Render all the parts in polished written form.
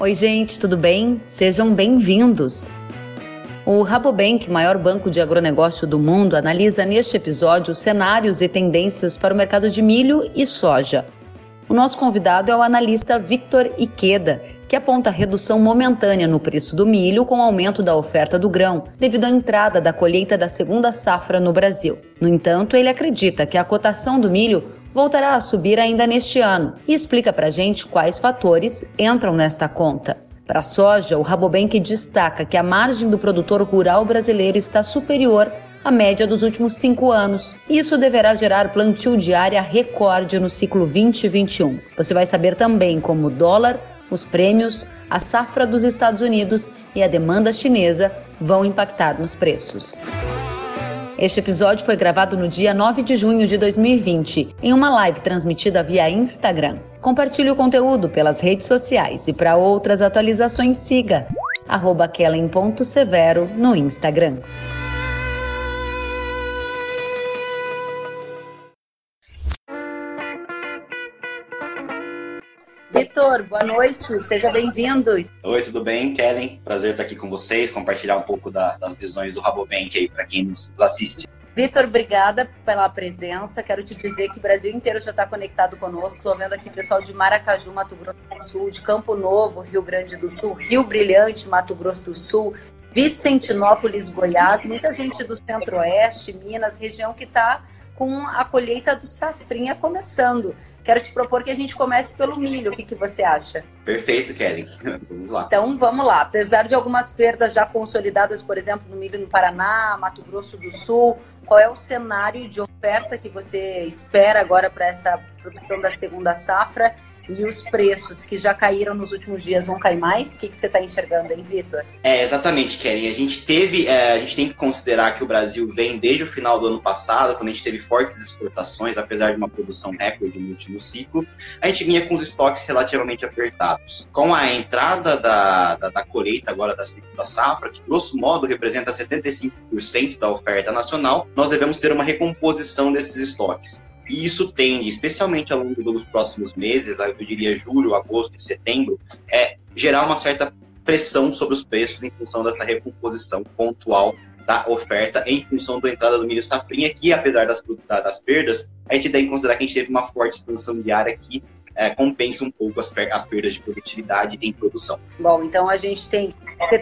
Oi, gente, tudo bem? Sejam bem-vindos. O Rabobank, maior banco de agronegócio do mundo, analisa neste episódio cenários e tendências para o mercado de milho e soja. O nosso convidado é o analista Victor Ikeda, que aponta redução momentânea no preço do milho com o aumento da oferta do grão, devido à entrada da colheita da segunda safra no Brasil. No entanto, ele acredita que a cotação do milho voltará a subir ainda neste ano e explica para a gente quais fatores entram nesta conta. Para a soja, o Rabobank destaca que a margem do produtor rural brasileiro está superior à média dos últimos 5 anos. Isso deverá gerar plantio de área recorde no ciclo 2021. Você vai saber também como o dólar, os prêmios, a safra dos Estados Unidos e a demanda chinesa vão impactar nos preços. Este episódio foi gravado no dia 9 de junho de 2020, em uma live transmitida via Instagram. Compartilhe o conteúdo pelas redes sociais e para outras atualizações siga @kellen.severo no Instagram. Vitor, boa noite, seja bem-vindo. Oi, tudo bem, Kellen? Prazer estar aqui com vocês, compartilhar um pouco das visões do Rabobank aí para quem nos assiste. Vitor, obrigada pela presença. Quero te dizer que o Brasil inteiro já está conectado conosco. Estou vendo aqui o pessoal de Maracaju, Mato Grosso do Sul, de Campo Novo, Rio Grande do Sul, Rio Brilhante, Mato Grosso do Sul, Vicentinópolis, Goiás, muita gente do Centro-Oeste, Minas, região que está com a colheita do safrinha começando. Quero te propor que a gente comece pelo milho. O que você acha? Perfeito, Kellen. Vamos lá. Então, vamos lá. Apesar de algumas perdas já consolidadas, por exemplo, no milho no Paraná, Mato Grosso do Sul, qual é o cenário de oferta que você espera agora para essa produção da segunda safra? E os preços que já caíram nos últimos dias vão cair mais? O que você está enxergando aí, Vitor? Exatamente, Kellen. A gente tem que considerar que o Brasil vem desde o final do ano passado, quando a gente teve fortes exportações, apesar de uma produção recorde no último ciclo, a gente vinha com os estoques relativamente apertados. Com a entrada da colheita agora da segunda safra, que grosso modo representa 75% da oferta nacional, nós devemos ter uma recomposição desses estoques. E isso tende, especialmente ao longo dos próximos meses, eu diria julho, agosto e setembro, gerar uma certa pressão sobre os preços em função dessa recomposição pontual da oferta, em função da entrada do milho safrinha, que apesar das perdas, a gente tem que considerar que a gente teve uma forte expansão diária que compensa um pouco as perdas de produtividade em produção. Bom, então a gente tem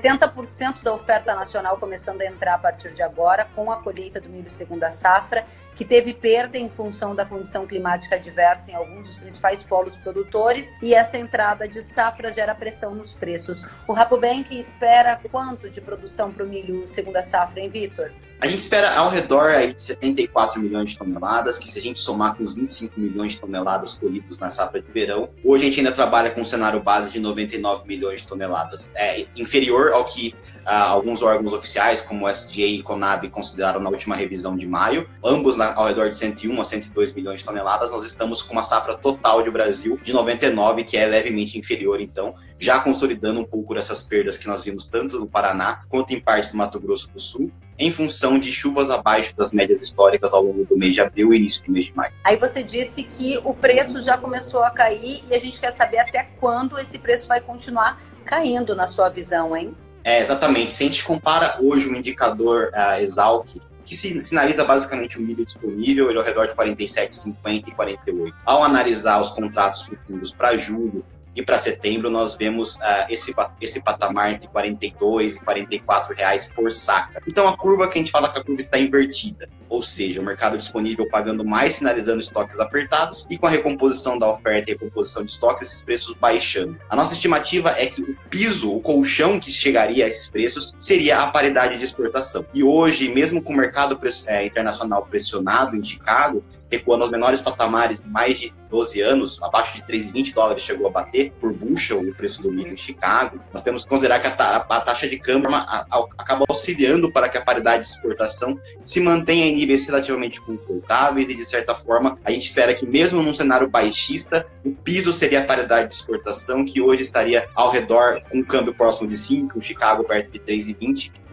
70% da oferta nacional começando a entrar a partir de agora, com a colheita do milho segunda safra, que teve perda em função da condição climática adversa em alguns dos principais polos produtores, e essa entrada de safra gera pressão nos preços. O Rabobank espera quanto de produção para o milho segunda safra, hein, Vitor? A gente espera ao redor aí de 74 milhões de toneladas, que se a gente somar com os 25 milhões de toneladas colhidos na safra de verão, hoje a gente ainda trabalha com um cenário base de 99 milhões de toneladas. É inferior ao que alguns órgãos oficiais, como o SDA e Conab, consideraram na última revisão de maio. Ambos ao redor de 101 a 102 milhões de toneladas, nós estamos com uma safra total de Brasil de 99, que é levemente inferior, então, já consolidando um pouco dessas perdas que nós vimos tanto no Paraná quanto em parte do Mato Grosso do Sul, em função de chuvas abaixo das médias históricas ao longo do mês de abril e início do mês de maio. Aí você disse que o preço já começou a cair e a gente quer saber até quando esse preço vai continuar caindo, na sua visão, hein? Exatamente. Se a gente compara hoje o indicador Exalc, que sinaliza basicamente o milho disponível, ele é ao redor de 47,50 e 48. Ao analisar os contratos futuros para julho e para setembro, nós vemos esse patamar entre 42 e 44 reais por saca. Então a curva que a gente fala que a curva está invertida, ou seja, o mercado disponível pagando mais, sinalizando estoques apertados, e com a recomposição da oferta e recomposição de estoques, esses preços baixando. A nossa estimativa é que o piso, o colchão que chegaria a esses preços, seria a paridade de exportação. E hoje, mesmo com o mercado internacional pressionado em Chicago, recuando aos menores patamares de mais de 12 anos, abaixo de 3,20 dólares chegou a bater por bushel o preço do milho em Chicago, nós temos que considerar que a taxa de câmbio acaba auxiliando para que a paridade de exportação se mantenha em níveis relativamente confortáveis, e de certa forma a gente espera que mesmo num cenário baixista, o piso seria a paridade de exportação, que hoje estaria ao redor com um câmbio próximo de 5, o Chicago perto de 3,20,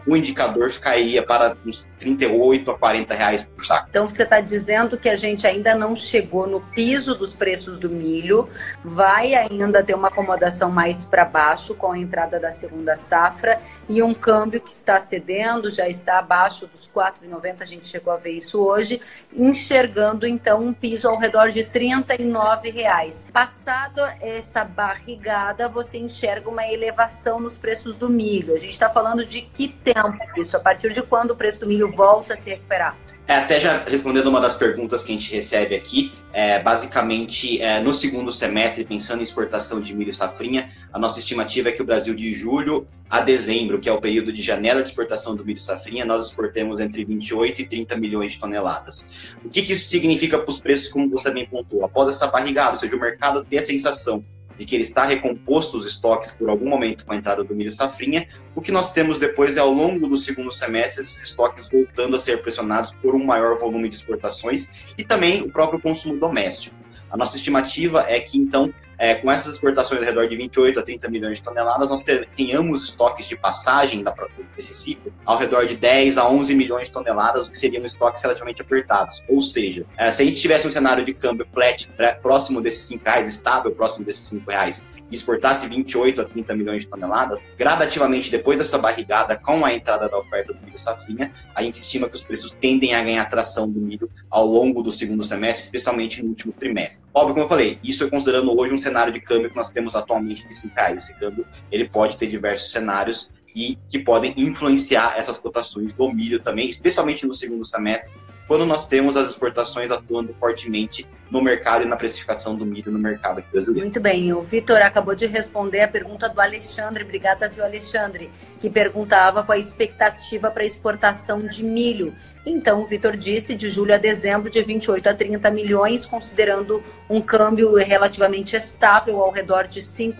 o indicador cairia para uns 38 a 40 reais por saco. Então você está dizendo que a gente ainda não chegou no piso dos preços do milho, vai ainda ter uma acomodação mais para baixo com a entrada da segunda safra e um câmbio que está cedendo, já está abaixo dos R$ 4,90, a gente chegou a ver isso hoje, enxergando então um piso ao redor de R$ 39. Passado essa barrigada, você enxerga uma elevação nos preços do milho. A gente está falando de que tempo isso? A partir de quando o preço do milho volta a se recuperar? Até já respondendo uma das perguntas que a gente recebe aqui, basicamente no segundo semestre, pensando em exportação de milho safrinha, a nossa estimativa é que o Brasil de julho a dezembro, que é o período de janela de exportação do milho safrinha, nós exportemos entre 28 e 30 milhões de toneladas. O que isso significa para os preços, como você bem pontuou? Após essa barrigada, ou seja, o mercado ter a sensação de que ele está recomposto os estoques por algum momento com a entrada do milho safrinha, o que nós temos depois é, ao longo do segundo semestre, esses estoques voltando a ser pressionados por um maior volume de exportações e também o próprio consumo doméstico. A nossa estimativa é que, então, com essas exportações ao redor de 28 a 30 milhões de toneladas, nós tenhamos estoques de passagem desse ciclo ao redor de 10 a 11 milhões de toneladas, o que seriam estoques relativamente apertados. Ou seja, se a gente tivesse um cenário de câmbio flat próximo desses R$5, estável próximo desses R$5, e exportasse 28 a 30 milhões de toneladas, gradativamente, depois dessa barrigada, com a entrada da oferta do milho safrinha, a gente estima que os preços tendem a ganhar tração do milho ao longo do segundo semestre, especialmente no último trimestre. Óbvio, como eu falei, isso é considerando hoje um cenário de câmbio que nós temos atualmente de R$5. Esse câmbio ele pode ter diversos cenários e que podem influenciar essas cotações do milho também, especialmente no segundo semestre, quando nós temos as exportações atuando fortemente no mercado e na precificação do milho no mercado aqui brasileiro. Muito bem, o Vitor acabou de responder a pergunta do Alexandre. Obrigada, viu, Alexandre, que perguntava qual a expectativa para exportação de milho. Então, o Vitor disse de julho a dezembro de 28 a 30 milhões, considerando um câmbio relativamente estável ao redor de R$5.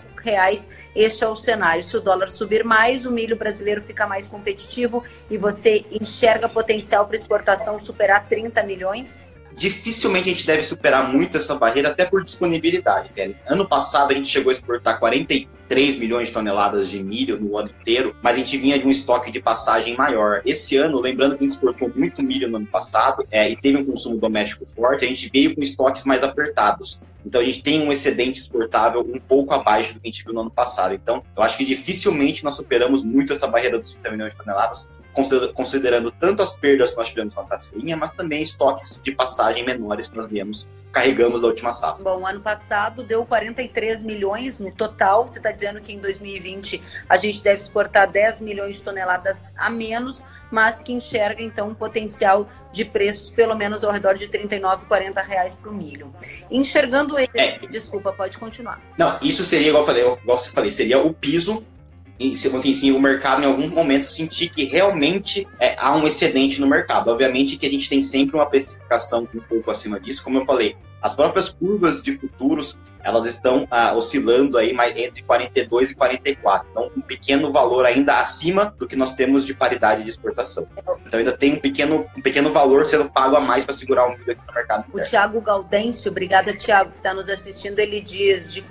Este é o cenário. Se o dólar subir mais, o milho brasileiro fica mais competitivo e você enxerga potencial para exportação superar 30 milhões? Dificilmente a gente deve superar muito essa barreira, até por disponibilidade, Kelly. Ano passado a gente chegou a exportar 43 milhões de toneladas de milho no ano inteiro, mas a gente vinha de um estoque de passagem maior. Esse ano, lembrando que a gente exportou muito milho no ano passado e teve um consumo doméstico forte, a gente veio com estoques mais apertados. Então a gente tem um excedente exportável um pouco abaixo do que a gente viu no ano passado. Então eu acho que dificilmente nós superamos muito essa barreira dos 30 milhões de toneladas, considerando tanto as perdas que nós tivemos na safrinha, mas também estoques de passagem menores que nós carregamos da última safra. Bom, ano passado deu 43 milhões no total. Você está dizendo que em 2020 a gente deve exportar 10 milhões de toneladas a menos, mas que enxerga então um potencial de preços pelo menos ao redor de 39, 40 reais para o milho. Enxergando ele... Desculpa, pode continuar. Não, isso seria, igual você falei, seria o piso. E se o mercado em algum momento sentir que realmente há um excedente no mercado. Obviamente que a gente tem sempre uma precificação um pouco acima disso, como eu falei. As próprias curvas de futuros, elas estão oscilando aí entre 42 e 44. Então, um pequeno valor ainda acima do que nós temos de paridade de exportação. Então, ainda tem um pequeno valor sendo pago a mais para segurar o milho aqui no mercado interno. O Thiago Gaudêncio, obrigada, Thiago, que está nos assistindo, ele diz de R$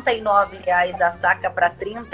49 a saca para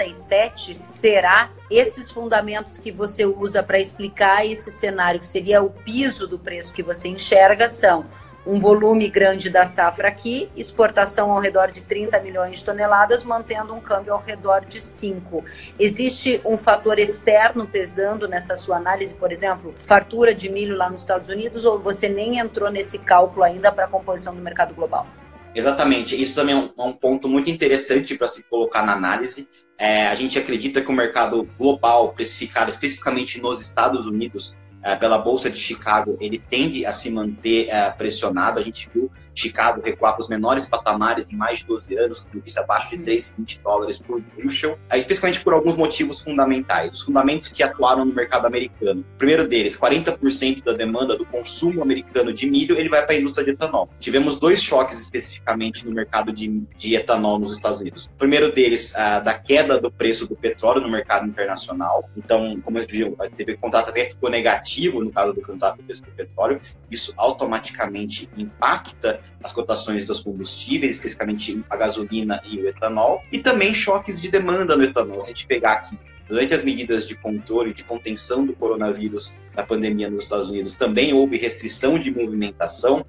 37, será? Esses fundamentos que você usa para explicar esse cenário, que seria o piso do preço que você enxerga, são um volume grande da safra aqui, exportação ao redor de 30 milhões de toneladas, mantendo um câmbio ao redor de 5. Existe um fator externo pesando nessa sua análise, por exemplo, fartura de milho lá nos Estados Unidos, ou você nem entrou nesse cálculo ainda para a composição do mercado global? Exatamente, isso também é um ponto muito interessante para se colocar na análise. A gente acredita que o mercado global, precificado especificamente nos Estados Unidos, pela Bolsa de Chicago, ele tende a se manter pressionado. A gente viu Chicago recuar para os menores patamares em mais de 12 anos, com isso abaixo de $3,20 por bushel, especificamente por alguns motivos fundamentais. Os fundamentos que atuaram no mercado americano. O primeiro deles, 40% da demanda do consumo americano de milho, ele vai para a indústria de etanol. Tivemos dois choques especificamente no mercado de etanol nos Estados Unidos. O primeiro deles, da queda do preço do petróleo no mercado internacional. Então, como a gente viu, teve contrato até que ficou negativo negativo, no caso do contrato de preço do petróleo, isso automaticamente impacta as cotações dos combustíveis, especificamente a gasolina e o etanol, e também choques de demanda no etanol. Se a gente pegar aqui, durante as medidas de controle, de contenção do coronavírus, da pandemia nos Estados Unidos, também houve restrição de movimentação,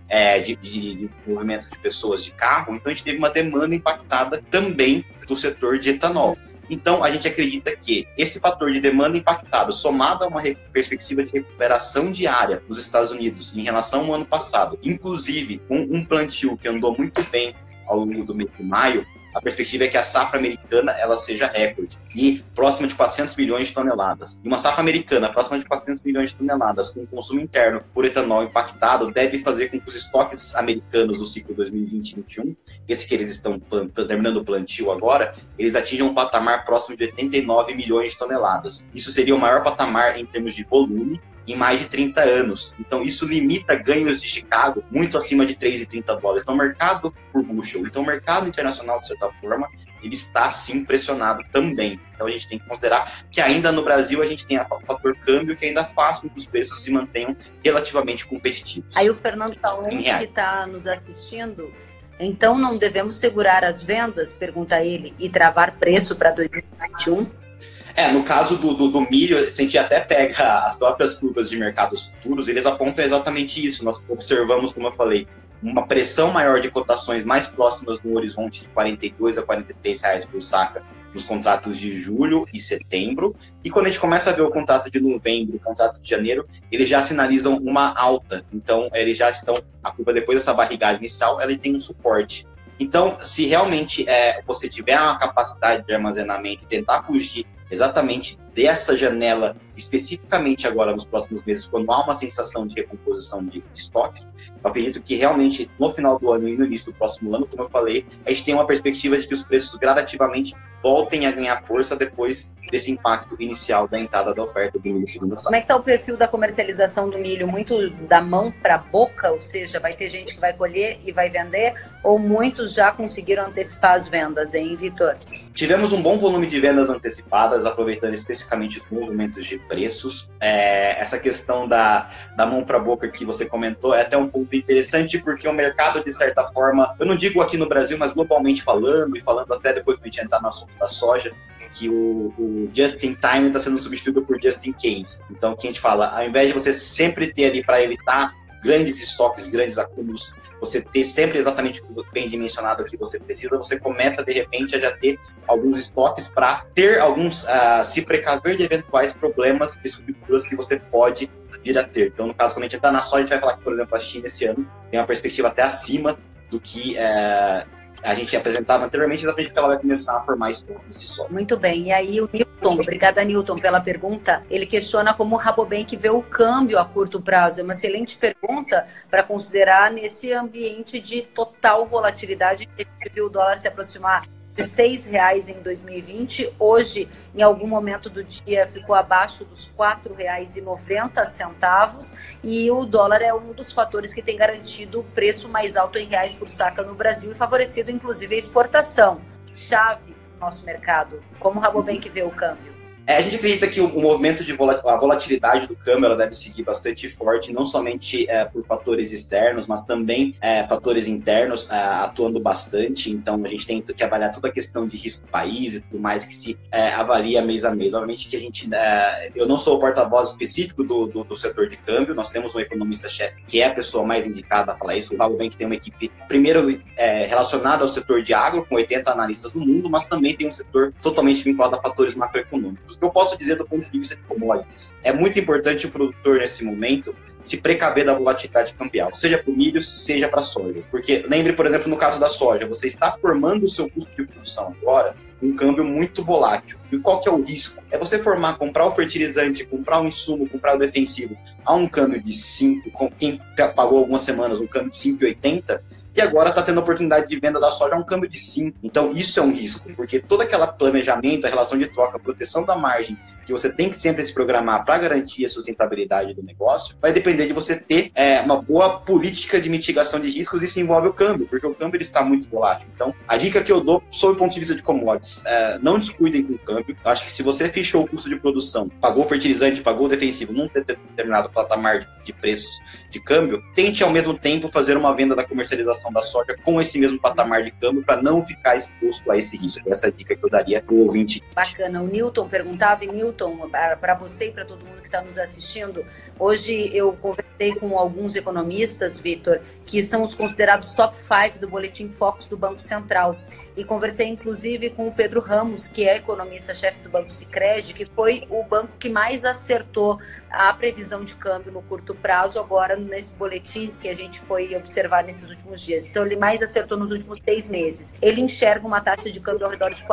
de movimentos de pessoas de carro, então a gente teve uma demanda impactada também do setor de etanol. Então, a gente acredita que esse fator de demanda impactado, somado a uma perspectiva de recuperação diária nos Estados Unidos em relação ao ano passado, inclusive com um plantio que andou muito bem ao longo do mês de maio, a perspectiva é que a safra americana ela seja recorde e próxima de 400 milhões de toneladas. E uma safra americana próxima de 400 milhões de toneladas com o consumo interno por etanol impactado deve fazer com que os estoques americanos do ciclo 2020-2021, esse que eles estão terminando o plantio agora, eles atinjam um patamar próximo de 89 milhões de toneladas. Isso seria o maior patamar em termos de volume em mais de 30 anos. Então, isso limita ganhos de Chicago muito acima de 3,30 dólares. Então, o mercado por bushel. Então, o mercado internacional, de certa forma, ele está, sim, pressionado também. Então, a gente tem que considerar que ainda no Brasil a gente tem o fator câmbio que ainda faz com que os preços se mantenham relativamente competitivos. Aí o Fernando Taon, que está nos assistindo, então não devemos segurar as vendas, pergunta ele, e travar preço para 2021? No caso do milho, se a gente até pega as próprias curvas de mercados futuros, eles apontam exatamente isso. Nós observamos, como eu falei, uma pressão maior de cotações mais próximas no horizonte de R$42 a R$43 por saca nos contratos de julho e setembro. E quando a gente começa a ver o contrato de novembro, o contrato de janeiro, eles já sinalizam uma alta. Então, eles já estão, a curva depois dessa barrigada inicial, ela tem um suporte. Então, se realmente você tiver uma capacidade de armazenamento e tentar fugir exatamente dessa janela, especificamente agora nos próximos meses, quando há uma sensação de recomposição de estoque, eu acredito que realmente no final do ano e no início do próximo ano, como eu falei, a gente tem uma perspectiva de que os preços gradativamente voltem a ganhar força depois desse impacto inicial da entrada da oferta do milho segunda safra. Como é que está o perfil da comercialização do milho? Muito da mão para a boca, ou seja, vai ter gente que vai colher e vai vender, ou muitos já conseguiram antecipar as vendas, hein, Vitor? Tivemos um bom volume de vendas antecipadas, aproveitando especificamente os movimentos de preços. Essa questão da mão para a boca que você comentou é até um ponto interessante, porque o mercado, de certa forma, eu não digo aqui no Brasil, mas globalmente falando, e falando até depois que a gente entrar no assunto da soja, que o just in time está sendo substituído por just in case. Então, o que a gente fala, ao invés de você sempre ter ali para evitar grandes estoques, grandes acúmulos, você ter sempre exatamente o bem dimensionado que você precisa, você começa, de repente, a já ter alguns estoques para ter alguns, se precaver de eventuais problemas e subculturas que você pode vir a ter. Então, no caso, quando a gente entrar na soja, a gente vai falar que, por exemplo, a China esse ano tem uma perspectiva até acima do que a gente apresentava anteriormente, exatamente porque ela vai começar a formar estoques de soja. Muito bem. E aí o Newton, obrigada Newton pela pergunta, ele questiona como o Rabobank vê o câmbio a curto prazo. É uma excelente pergunta para considerar nesse ambiente de total volatilidade. A gente viu o dólar se aproximar de R$6 em 2020. Hoje, em algum momento do dia, ficou abaixo dos R$4,90. E o dólar é um dos fatores que tem garantido o preço mais alto em reais por saca no Brasil e favorecido, inclusive, a exportação. Chave no nosso mercado. Como o Rabobank vê o câmbio? A gente acredita que o movimento de a volatilidade do câmbio ela deve seguir bastante forte, não somente por fatores externos, mas também fatores internos atuando bastante. Então, a gente tem que avaliar toda a questão de risco país e tudo mais que se avalia mês a mês. Obviamente que a gente... eu não sou o porta-voz específico do setor de câmbio, nós temos um economista-chefe que é a pessoa mais indicada a falar isso. O Rabobank tem uma equipe, primeiro, relacionada ao setor de agro, com 80 analistas no mundo, mas também tem um setor totalmente vinculado a fatores macroeconômicos. O que eu posso dizer do ponto de vista de commodities? É muito importante o produtor, nesse momento, se precaver da volatilidade cambial, seja para o milho, seja para a soja. Porque, lembre, por exemplo, no caso da soja, você está formando o seu custo de produção agora um câmbio muito volátil. E qual que é o risco? É você comprar o fertilizante, comprar o insumo, comprar o defensivo a um câmbio de 5, quem pagou algumas semanas um câmbio de 5,80, e agora está tendo a oportunidade de venda da soja a um câmbio de 5. Então isso é um risco, porque todo aquele planejamento, a relação de troca, a proteção da margem, que você tem que sempre se programar para garantir a sustentabilidade do negócio, vai depender de você ter uma boa política de mitigação de riscos. Isso envolve o câmbio, porque o câmbio ele está muito volátil. Então, a dica que eu dou, sob o ponto de vista de commodities, não descuidem com o câmbio. Eu acho que se você fechou o custo de produção, pagou fertilizante, pagou defensivo num determinado patamar de preços de câmbio, tente ao mesmo tempo fazer uma venda da comercialização da soja com esse mesmo patamar de câmbio para não ficar exposto a esse risco. Essa é a dica que eu daria para o ouvinte. Bacana. O Newton perguntava, e Newton, para você e para todo mundo que está nos assistindo, hoje eu conversei com alguns economistas, Vitor, que são os considerados top 5 do Boletim Focus do Banco Central. E conversei, inclusive, com o Pedro Ramos, que é economista-chefe do Banco Sicredi, que foi o banco que mais acertou a previsão de câmbio no curto prazo, agora nesse boletim que a gente foi observar nesses últimos dias. Então, ele mais acertou nos últimos 6 meses. Ele enxerga uma taxa de câmbio ao redor de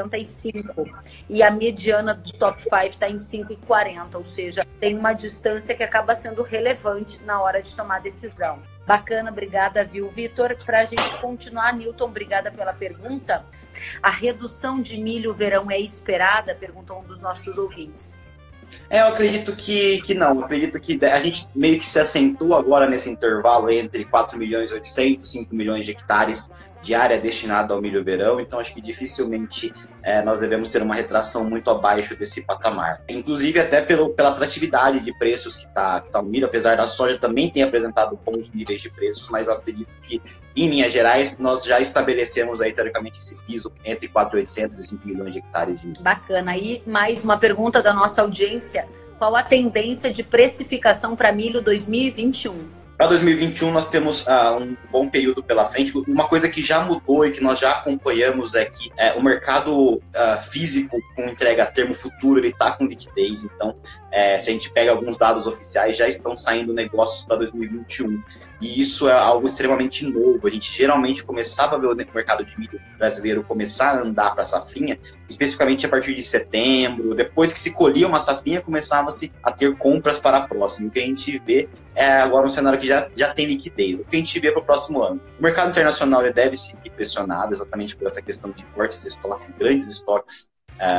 4,85 e a mediana do top 5 está em 5,40, ou seja, tem uma distância que acaba sendo relevante na hora de tomar a decisão. Bacana, obrigada, viu, Vitor? Para a gente continuar, Newton, obrigada pela pergunta. A redução de milho verão é esperada? Perguntou um dos nossos ouvintes. Eu acredito que não. Eu acredito que a gente meio que se assentou agora nesse intervalo entre 4.800.000 e 5 milhões de hectares de área destinada ao milho verão, então acho que dificilmente nós devemos ter uma retração muito abaixo desse patamar. Inclusive até pela atratividade de preços que tá o milho, apesar da soja também ter apresentado bons níveis de preços, mas eu acredito que, em linhas gerais, nós já estabelecemos aí, teoricamente, esse piso entre 4.800 e 5 milhões de hectares de milho. Bacana. E mais uma pergunta da nossa audiência: qual a tendência de precificação para milho 2021? Para 2021, nós temos um bom período pela frente. Uma coisa que já mudou e que nós já acompanhamos é que o mercado físico com entrega a termo futuro, ele está com liquidez. Então, se a gente pega alguns dados oficiais, já estão saindo negócios para 2021. E isso é algo extremamente novo. A gente geralmente começava a ver o mercado de milho brasileiro começar a andar para a safrinha, especificamente a partir de setembro. Depois que se colhia uma safrinha, começava-se a ter compras para a próxima. O que a gente vê é agora um cenário que já tem liquidez. O que a gente vê para o próximo ano? O mercado internacional ele deve seguir pressionado exatamente por essa questão de fortes estoques, grandes estoques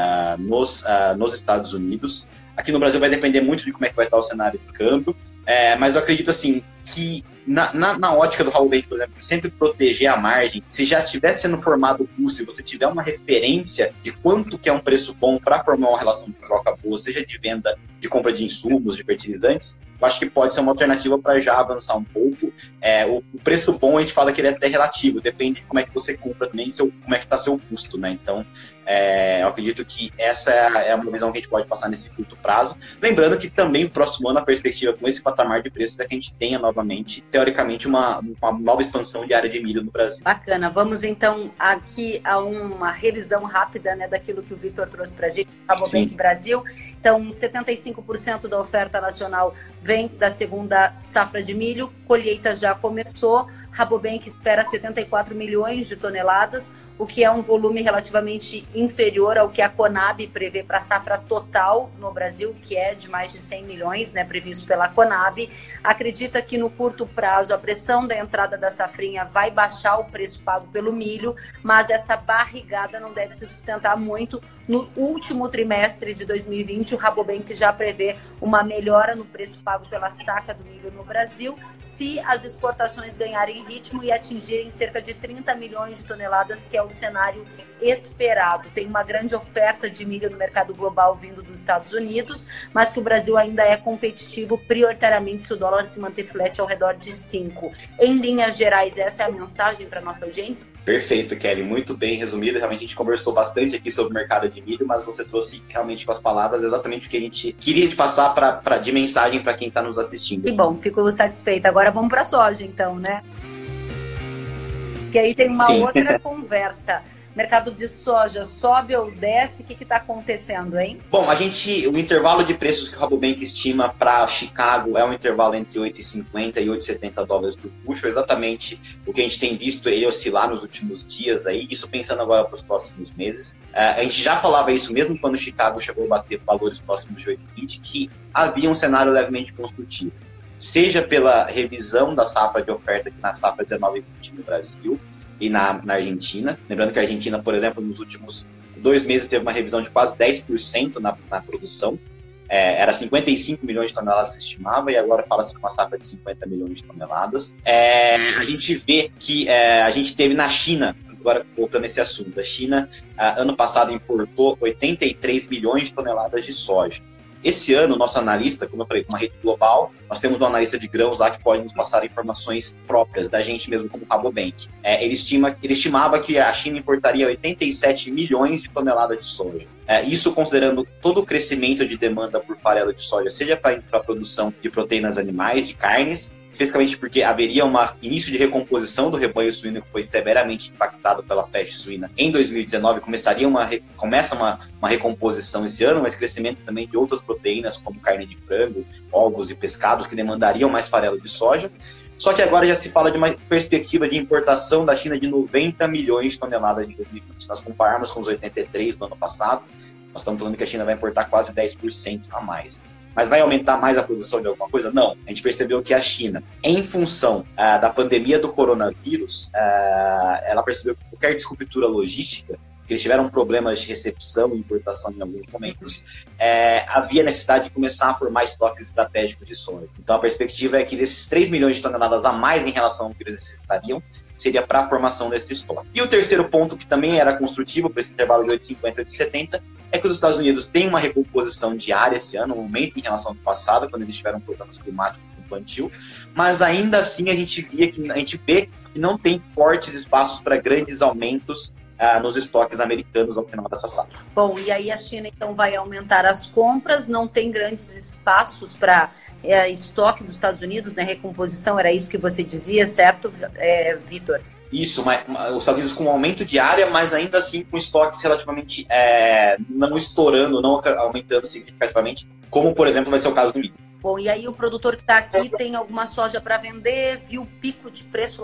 nos Estados Unidos. Aqui no Brasil vai depender muito de como é que vai estar o cenário de câmbio, mas eu acredito assim que na ótica do Rabobank, por exemplo, sempre proteger a margem, se já estiver sendo formado o custo, se você tiver uma referência de quanto que é um preço bom para formar uma relação de troca boa, seja de venda, de compra de insumos, de fertilizantes, eu acho que pode ser uma alternativa para já avançar um pouco. O preço bom, a gente fala que ele é até relativo, depende de como é que você compra também, como é que está seu custo, né? Então, eu acredito que essa é uma visão que a gente pode passar nesse curto prazo. Lembrando que também, no próximo ano, a perspectiva com esse patamar de preços é que a gente tenha novamente, teoricamente, uma nova expansão de área de milho no Brasil. Bacana. Vamos, então, aqui a uma revisão rápida, né, daquilo que o Vitor trouxe para a gente, Rabobank Brasil. Então, 75% da oferta nacional vem da segunda safra de milho, colheita já começou. Rabobank espera 74 milhões de toneladas, o que é um volume relativamente inferior ao que a Conab prevê para a safra total no Brasil, que é de mais de 100 milhões, né, previsto pela Conab. Acredita que no curto prazo a pressão da entrada da safrinha vai baixar o preço pago pelo milho, mas essa barrigada não deve se sustentar muito. No último trimestre de 2020, o Rabobank já prevê uma melhora no preço pago pela saca do milho no Brasil, se as exportações ganharem ritmo e atingirem cerca de 30 milhões de toneladas, que é o cenário esperado. Tem uma grande oferta de milho no mercado global vindo dos Estados Unidos, mas que o Brasil ainda é competitivo, prioritariamente se o dólar se manter flat ao redor de 5. Em linhas gerais, essa é a mensagem para a nossa audiência? Perfeito, Kelly. Muito bem resumido. Realmente a gente conversou bastante aqui sobre o mercado de milho, mas você trouxe realmente com as palavras exatamente o que a gente queria te passar de mensagem para quem está nos assistindo. Que bom, fico satisfeita. Agora vamos para a soja, então, né? Que aí tem uma outra conversa. Mercado de soja sobe ou desce? O que está acontecendo, hein? Bom, o intervalo de preços que o Rabobank estima para Chicago é um intervalo entre 8,50 e 8,70 dólares por bushel, exatamente o que a gente tem visto ele oscilar nos últimos dias aí, isso pensando agora para os próximos meses. A gente já falava isso mesmo quando Chicago chegou a bater valores próximos de 8,20, que havia um cenário levemente construtivo. seja pela revisão da safra de oferta aqui na safra 19/20 no Brasil e na Argentina. Lembrando que a Argentina, por exemplo, nos últimos 2 meses teve uma revisão de quase 10% na produção. Era 55 milhões de toneladas que se estimava, e agora fala-se com uma safra de 50 milhões de toneladas. A gente vê que a gente teve na China, agora voltando a esse assunto, a China, ano passado, importou 83 milhões de toneladas de soja. Esse ano, o nosso analista, como eu falei, com uma rede global, nós temos um analista de grãos lá que pode nos passar informações próprias da gente mesmo, como o Rabobank. Ele estimava que a China importaria 87 milhões de toneladas de soja. Isso considerando todo o crescimento de demanda por farelo de soja, seja para a produção de proteínas animais, de carnes, especificamente porque haveria um início de recomposição do rebanho suíno que foi severamente impactado pela peste suína em 2019, começa uma recomposição esse ano, mas crescimento também de outras proteínas, como carne de frango, ovos e pescados, que demandariam mais farelo de soja. Só que agora já se fala de uma perspectiva de importação da China de 90 milhões de toneladas de 2020. Se nós compararmos com os 83 do ano passado, nós estamos falando que a China vai importar quase 10% a mais. Mas vai aumentar mais a produção de alguma coisa? Não. A gente percebeu que a China, em função da pandemia do coronavírus, ela percebeu que qualquer disruptura logística, que eles tiveram problemas de recepção e importação em alguns momentos, havia necessidade de começar a formar estoques estratégicos de soja. Então a perspectiva é que desses 3 milhões de toneladas a mais em relação ao que eles necessitariam, seria para a formação desse estoque. E o terceiro ponto, que também era construtivo para esse intervalo de 8,50 e 8,70, é que os Estados Unidos têm uma recomposição diária esse ano, um aumento em relação ao passado, quando eles tiveram problemas climáticos no plantio, mas ainda assim a gente vê que não tem fortes espaços para grandes aumentos nos estoques americanos ao final dessa safra. Bom, e aí a China então vai aumentar as compras, não tem grandes espaços para estoque dos Estados Unidos, né? Recomposição, era isso que você dizia, certo, Vitor? Isso, mas os Estados Unidos com um aumento de área, mas ainda assim com estoques relativamente não estourando, não aumentando significativamente, como, por exemplo, vai ser o caso do milho. Bom, e aí o produtor que está aqui tem alguma soja para vender, viu o pico de preço lá,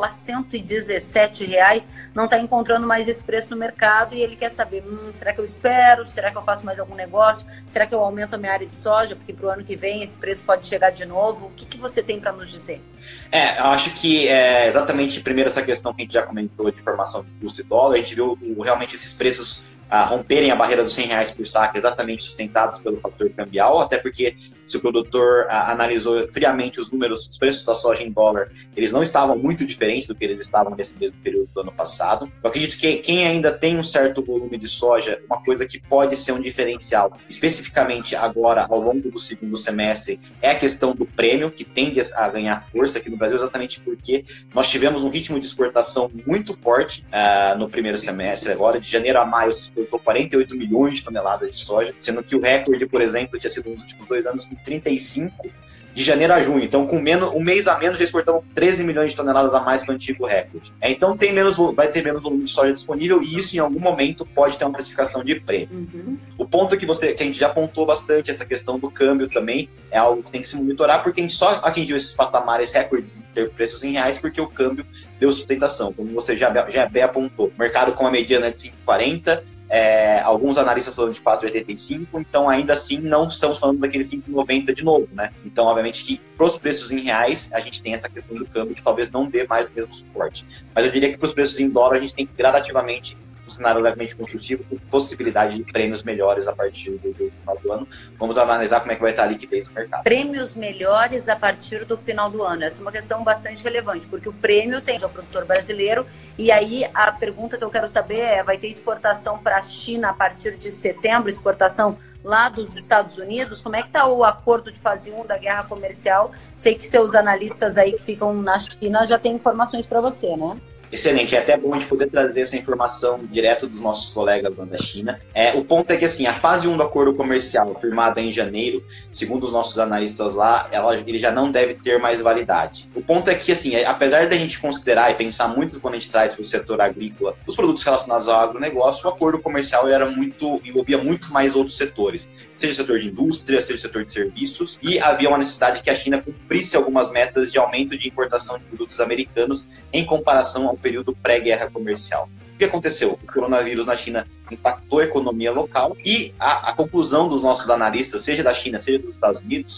R$117, não está encontrando mais esse preço no mercado e ele quer saber, será que eu espero? Será que eu faço mais algum negócio? Será que eu aumento a minha área de soja? Porque para o ano que vem esse preço pode chegar de novo. O que você tem para nos dizer? Eu acho que exatamente, primeiro, essa questão que a gente já comentou de formação de custo e dólar, a gente viu realmente esses preços romperem a barreira dos R$100 por saco, exatamente sustentados pelo fator cambial, até porque se o produtor analisou friamente os números, os preços da soja em dólar, eles não estavam muito diferentes do que eles estavam nesse mesmo período do ano passado. Eu acredito que quem ainda tem um certo volume de soja, uma coisa que pode ser um diferencial, especificamente agora, ao longo do segundo semestre, é a questão do prêmio, que tende a ganhar força aqui no Brasil, exatamente porque nós tivemos um ritmo de exportação muito forte no primeiro semestre. Agora, de janeiro a maio, se exportou 48 milhões de toneladas de soja, sendo que o recorde, por exemplo, tinha sido nos últimos 2 anos com 35 de janeiro a junho. Então, com um mês a menos, já exportamos 13 milhões de toneladas a mais que o antigo recorde. Então, vai ter menos volume de soja disponível e isso, em algum momento, pode ter uma precificação de prêmio. Uhum. O ponto que a gente já apontou bastante, essa questão do câmbio também, é algo que tem que se monitorar, porque a gente só atingiu esses patamares recordes de ter preços em reais porque o câmbio deu sustentação. Como você já bem apontou, o mercado com a mediana de 5,40, alguns analistas falando de 4,85, então ainda assim não estamos falando daquele 5,90 de novo, né? Então, obviamente que para os preços em reais, a gente tem essa questão do câmbio que talvez não dê mais o mesmo suporte. Mas eu diria que para os preços em dólar, a gente tem que gradativamente um cenário levemente construtivo com possibilidade de prêmios melhores a partir do final do ano. Vamos analisar como é que vai estar a liquidez do mercado. Prêmios melhores a partir do final do ano. Essa é uma questão bastante relevante, porque o prêmio tem o produtor brasileiro e aí a pergunta que eu quero saber é, vai ter exportação para a China a partir de setembro, exportação lá dos Estados Unidos? Como é que está o acordo de fase 1 da guerra comercial? Sei que seus analistas aí que ficam na China já têm informações para você, né? Excelente, é até bom a gente poder trazer essa informação direto dos nossos colegas lá da China. O ponto é que, assim, a fase 1 do acordo comercial, firmada em janeiro, segundo os nossos analistas lá, ele já não deve ter mais validade. O ponto é que, assim, apesar da gente considerar e pensar muito quando a gente traz para o setor agrícola os produtos relacionados ao agronegócio, o acordo comercial envolvia muito mais outros setores, seja o setor de indústria, seja o setor de serviços, e havia uma necessidade que a China cumprisse algumas metas de aumento de importação de produtos americanos em comparação ao período pré-guerra comercial. O que aconteceu? O coronavírus na China impactou a economia local e a conclusão dos nossos analistas, seja da China, seja dos Estados Unidos,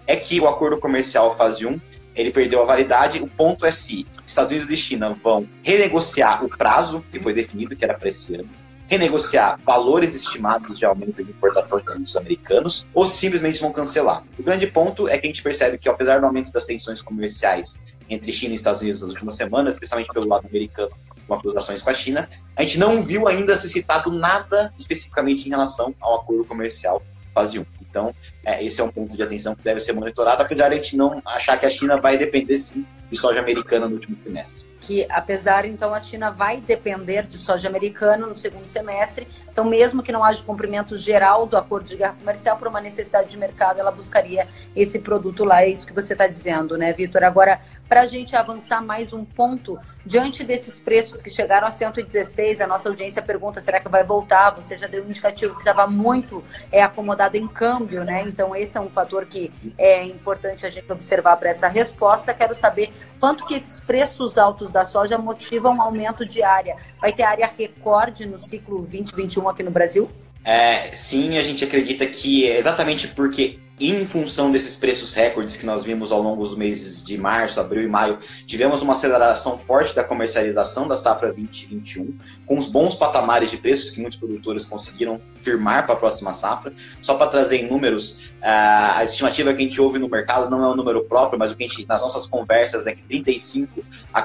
é que o acordo comercial fase 1, ele perdeu a validade. O ponto é se Estados Unidos e China vão renegociar o prazo que foi definido, que era para esse ano, renegociar valores estimados de aumento de importação de produtos americanos, ou simplesmente vão cancelar. O grande ponto é que a gente percebe que, apesar do aumento das tensões comerciais entre China e Estados Unidos nas últimas semanas, especialmente pelo lado americano, com acusações com a China, a gente não viu ainda ser citado nada especificamente em relação ao acordo comercial fase 1. Então, esse é um ponto de atenção que deve ser monitorado, apesar de a gente não achar que a China vai depender, sim, de soja americana no último trimestre. Que, apesar, então, a China vai depender de soja americana no segundo semestre, então, mesmo que não haja cumprimento geral do acordo de guerra comercial, por uma necessidade de mercado, ela buscaria esse produto lá, é isso que você está dizendo, né, Vitor? Agora, para a gente avançar mais um ponto, diante desses preços que chegaram a 116, a nossa audiência pergunta, será que vai voltar? Você já deu um indicativo que estava muito acomodado em câmbio, né? Então, esse é um fator que é importante a gente observar para essa resposta. Quero saber quanto que esses preços altos da soja motivam um aumento de área. Vai ter área recorde no ciclo 2021 aqui no Brasil? Sim, a gente acredita que exatamente porque, em função desses preços recordes que nós vimos ao longo dos meses de março, abril e maio, tivemos uma aceleração forte da comercialização da safra 2021, com os bons patamares de preços que muitos produtores conseguiram firmar para a próxima safra. Só para trazer em números, a estimativa que a gente ouve no mercado não é um número próprio, mas o que a gente, nas nossas conversas, é que 35% a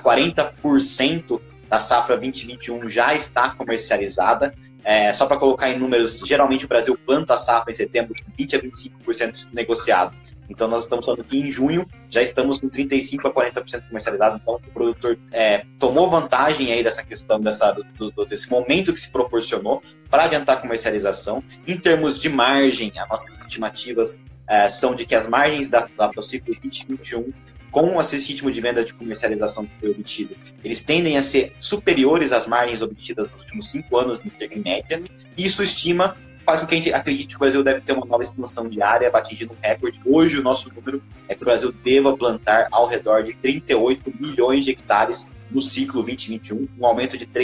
40% da safra 2021 já está comercializada. Só para colocar em números, geralmente o Brasil planta a safra em setembro com 20% a 25% negociado. Então nós estamos falando que em junho já estamos com 35% a 40% comercializado. Então o produtor tomou vantagem aí dessa questão, desse momento que se proporcionou para adiantar a comercialização. Em termos de margem, as nossas estimativas são de que as margens do ciclo 2021, com esse ritmo de venda de comercialização que foi obtido, eles tendem a ser superiores às margens obtidas nos últimos 5 anos em média, e isso faz com que a gente acredite que o Brasil deve ter uma nova expansão de área, atingindo um recorde. Hoje o nosso número é que o Brasil deva plantar ao redor de 38 milhões de hectares no ciclo 2021, um aumento de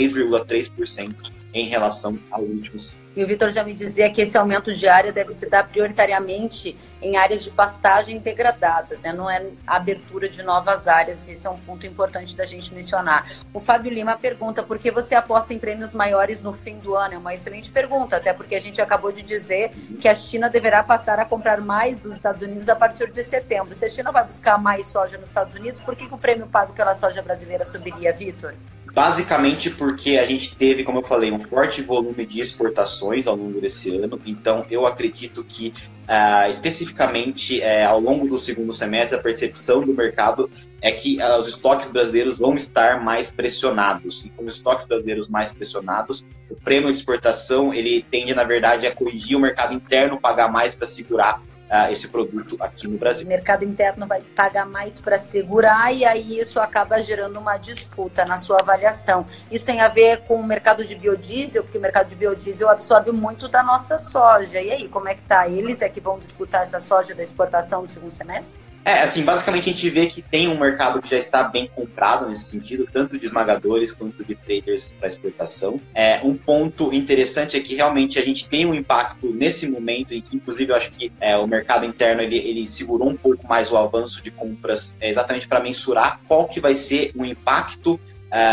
3,3% em relação ao último ciclo. E o Vitor já me dizia que esse aumento de área deve se dar prioritariamente em áreas de pastagem degradadas, né? Não é a abertura de novas áreas, esse é um ponto importante da gente mencionar. O Fábio Lima pergunta, por que você aposta em prêmios maiores no fim do ano? É uma excelente pergunta, até porque a gente acabou de dizer que a China deverá passar a comprar mais dos Estados Unidos a partir de setembro. Se a China vai buscar mais soja nos Estados Unidos, por que o prêmio pago pela soja brasileira subiria, Vitor? Basicamente porque a gente teve, como eu falei, um forte volume de exportações ao longo desse ano. Então, eu acredito que, especificamente, ao longo do segundo semestre, a percepção do mercado é que os estoques brasileiros vão estar mais pressionados. E com os estoques brasileiros mais pressionados, o prêmio de exportação, ele tende, na verdade, a corrigir o mercado interno, pagar mais para segurar esse produto aqui no Brasil. O mercado interno vai pagar mais para segurar e aí isso acaba gerando uma disputa na sua avaliação. Isso tem a ver com o mercado de biodiesel, porque o mercado de biodiesel absorve muito da nossa soja. E aí, como é que tá? Eles é que vão disputar essa soja da exportação no segundo semestre? Assim, basicamente a gente vê que tem um mercado que já está bem comprado nesse sentido, tanto de esmagadores quanto de traders para exportação. Um ponto interessante é que realmente a gente tem um impacto nesse momento em que, inclusive, eu acho que o mercado interno ele segurou um pouco mais o avanço de compras, exatamente para mensurar qual que vai ser o impacto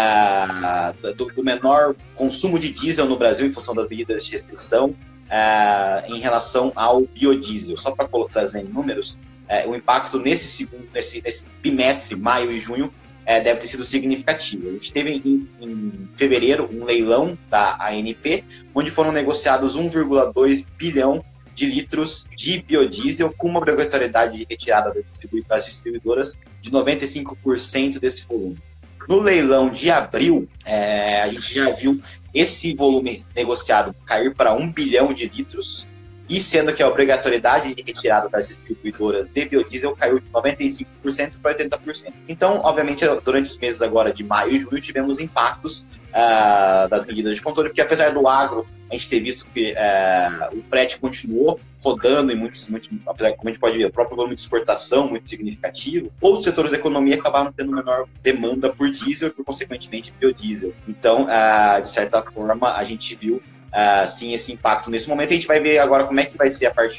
do menor consumo de diesel no Brasil em função das medidas de restrição em relação ao biodiesel. Só para trazer em números, o impacto nesse bimestre, maio e junho, deve ter sido significativo. A gente teve em fevereiro um leilão da ANP, onde foram negociados 1,2 bilhão de litros de biodiesel, com uma obrigatoriedade de retirada das distribuidoras de 95% desse volume. No leilão de abril, a gente já viu esse volume negociado cair para 1 bilhão de litros, e sendo que a obrigatoriedade de retirada das distribuidoras de biodiesel caiu de 95% para 80%. Então, obviamente, durante os meses agora de maio e junho, tivemos impactos das medidas de controle, porque apesar do agro, a gente ter visto que o frete continuou rodando, e apesar, como a gente pode ver, o próprio volume de exportação muito significativo, outros setores da economia acabaram tendo menor demanda por diesel e, por consequentemente, biodiesel. Então, de certa forma, a gente viu sim esse impacto nesse momento. A gente vai ver agora como é que vai ser a partir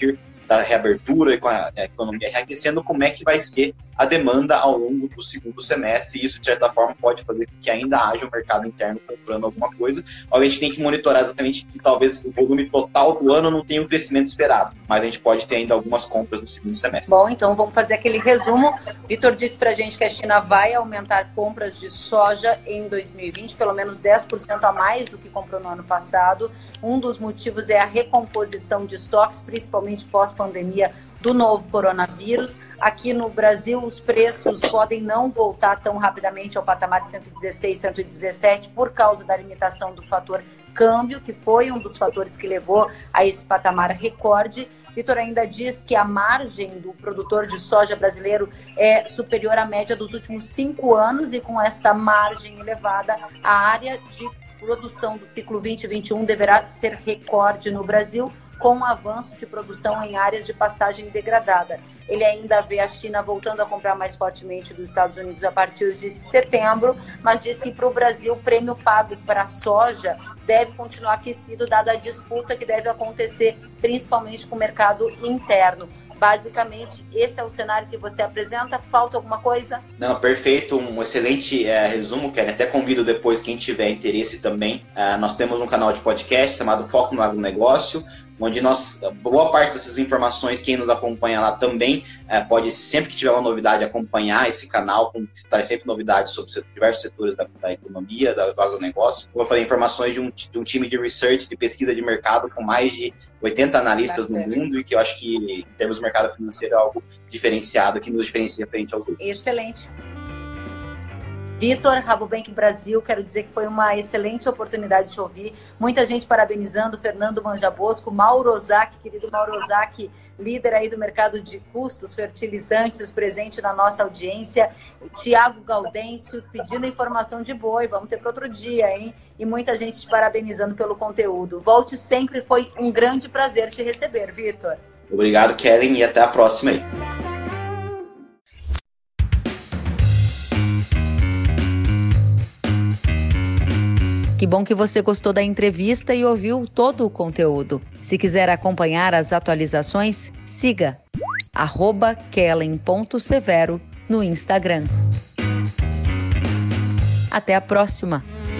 da reabertura e com a economia reaquecendo, como é que vai ser a demanda ao longo do segundo semestre, e isso, de certa forma, pode fazer com que ainda haja um mercado interno comprando alguma coisa. A gente tem que monitorar exatamente que talvez o volume total do ano não tenha o crescimento esperado, mas a gente pode ter ainda algumas compras no segundo semestre. Bom, então vamos fazer aquele resumo. Vitor disse pra gente que a China vai aumentar compras de soja em 2020, pelo menos 10% a mais do que comprou no ano passado. Um dos motivos é a recomposição de estoques, principalmente pós-pandemia do novo coronavírus. Aqui no Brasil, os preços podem não voltar tão rapidamente ao patamar de 116, 117, por causa da limitação do fator câmbio, que foi um dos fatores que levou a esse patamar recorde. Vitor ainda diz que a margem do produtor de soja brasileiro é superior à média dos últimos 5 anos, e com esta margem elevada, a área de produção do ciclo 2021 deverá ser recorde no Brasil, com um avanço de produção em áreas de pastagem degradada. Ele ainda vê a China voltando a comprar mais fortemente dos Estados Unidos a partir de setembro, mas diz que para o Brasil o prêmio pago para a soja deve continuar aquecido, dada a disputa que deve acontecer, principalmente com o mercado interno. Basicamente, esse é o cenário que você apresenta. Falta alguma coisa? Não, perfeito. Um excelente resumo, Kellen. Até convido depois, quem tiver interesse também. Nós temos um canal de podcast chamado Foco no Agronegócio, onde boa parte dessas informações, quem nos acompanha lá também pode, sempre que tiver uma novidade, acompanhar esse canal, traz sempre novidades sobre diversos setores da economia, do agronegócio. Como eu falei, informações de um time de research, de pesquisa de mercado, com mais de 80 analistas no mundo, e que eu acho que, em termos de mercado financeiro, é algo diferenciado, que nos diferencia frente aos outros. Excelente. Vitor, Rabobank Brasil, quero dizer que foi uma excelente oportunidade de te ouvir. Muita gente parabenizando, Fernando Manjabosco, Mauro Ozaki, querido Mauro Ozaki, líder aí do mercado de custos, fertilizantes, presente na nossa audiência. Tiago Gaudêncio, pedindo informação de boi, vamos ter para outro dia, hein? E muita gente te parabenizando pelo conteúdo. Volte sempre, foi um grande prazer te receber, Vitor. Obrigado, Kellen, e até a próxima aí. Que bom que você gostou da entrevista e ouviu todo o conteúdo. Se quiser acompanhar as atualizações, siga @kellen.severo no Instagram. Até a próxima!